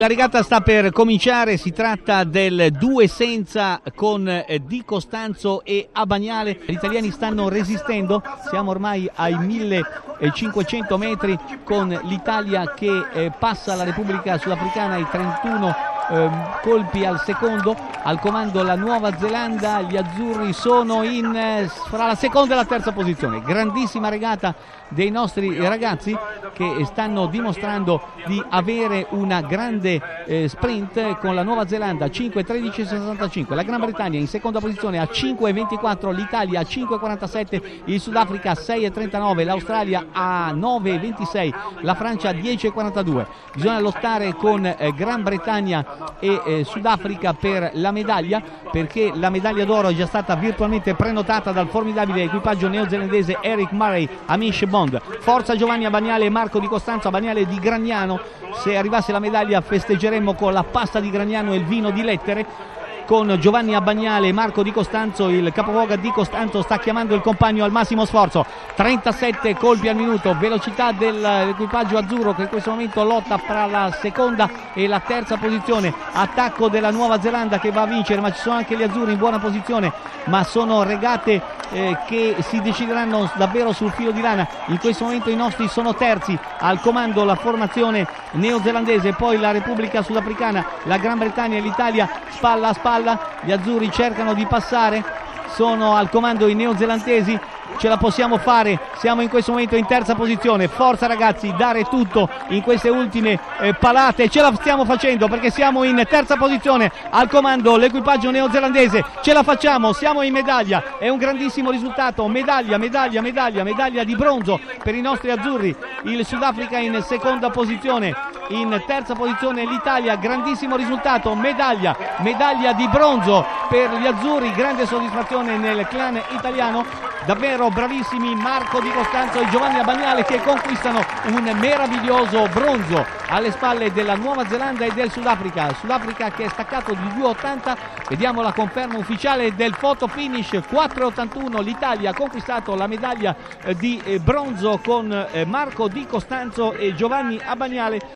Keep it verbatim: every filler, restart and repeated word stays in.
La regata sta per cominciare, si tratta del due senza con eh, Di Costanzo e Abbagnale. Gli italiani stanno resistendo, siamo ormai ai millecinquecento metri con l'Italia che eh, passa la Repubblica Sudafricana ai trentuno eh, colpi al secondo. Al comando la Nuova Zelanda, gli azzurri sono in eh, fra la seconda e la terza posizione. Grandissima regata dei nostri ragazzi che stanno dimostrando di avere una grande eh, sprint con la Nuova Zelanda cinque tredici sessantacinque, la Gran Bretagna in seconda posizione a cinque ventiquattro, l'Italia a cinque quarantasette, il Sudafrica a sei trentanove, l'Australia a nove ventisei, la Francia a dieci quarantadue. Bisogna lottare con eh, Gran Bretagna e eh, Sudafrica per la medaglia, perché la medaglia d'oro è già stata virtualmente prenotata dal formidabile equipaggio neozelandese Eric Murray, Amish Bond. Forza Giovanni Abbagnale e Marco Di Costanzo. Abbagnale di Gragnano, se arrivasse la medaglia festeggeremmo con la pasta di Gragnano e il vino di Lettere. Con Giovanni Abbagnale e Marco Di Costanzo, il capovoga Di Costanzo sta chiamando il compagno al massimo sforzo. trentasette colpi al minuto, velocità dell'equipaggio azzurro che in questo momento lotta fra la seconda e la terza posizione. Attacco della Nuova Zelanda che va a vincere, ma ci sono anche gli azzurri in buona posizione, ma sono regate eh, che si decideranno davvero sul filo di lana. In questo momento i nostri sono terzi, al comando la formazione neozelandese, poi la Repubblica Sudafricana, la Gran Bretagna e l'Italia spalla a spalla. Gli azzurri cercano di passare, sono al comando i neozelandesi. Ce la possiamo fare, siamo in questo momento in terza posizione. Forza ragazzi, dare tutto in queste ultime eh, palate. Ce la stiamo facendo perché siamo in terza posizione, al comando l'equipaggio neozelandese. Ce la facciamo, siamo in medaglia, è un grandissimo risultato. Medaglia, medaglia, medaglia, medaglia di bronzo per i nostri azzurri. Il Sudafrica in seconda posizione, in terza posizione l'Italia. Grandissimo risultato, medaglia, medaglia di bronzo per gli azzurri. Grande soddisfazione nel clan italiano. Davvero bravissimi Marco Di Costanzo e Giovanni Abbagnale che conquistano un meraviglioso bronzo alle spalle della Nuova Zelanda e del Sudafrica. Sudafrica che è staccato di due ottanta. Vediamo la conferma ufficiale del photo finish, quattro ottantuno. L'Italia ha conquistato la medaglia di bronzo con Marco Di Costanzo e Giovanni Abbagnale.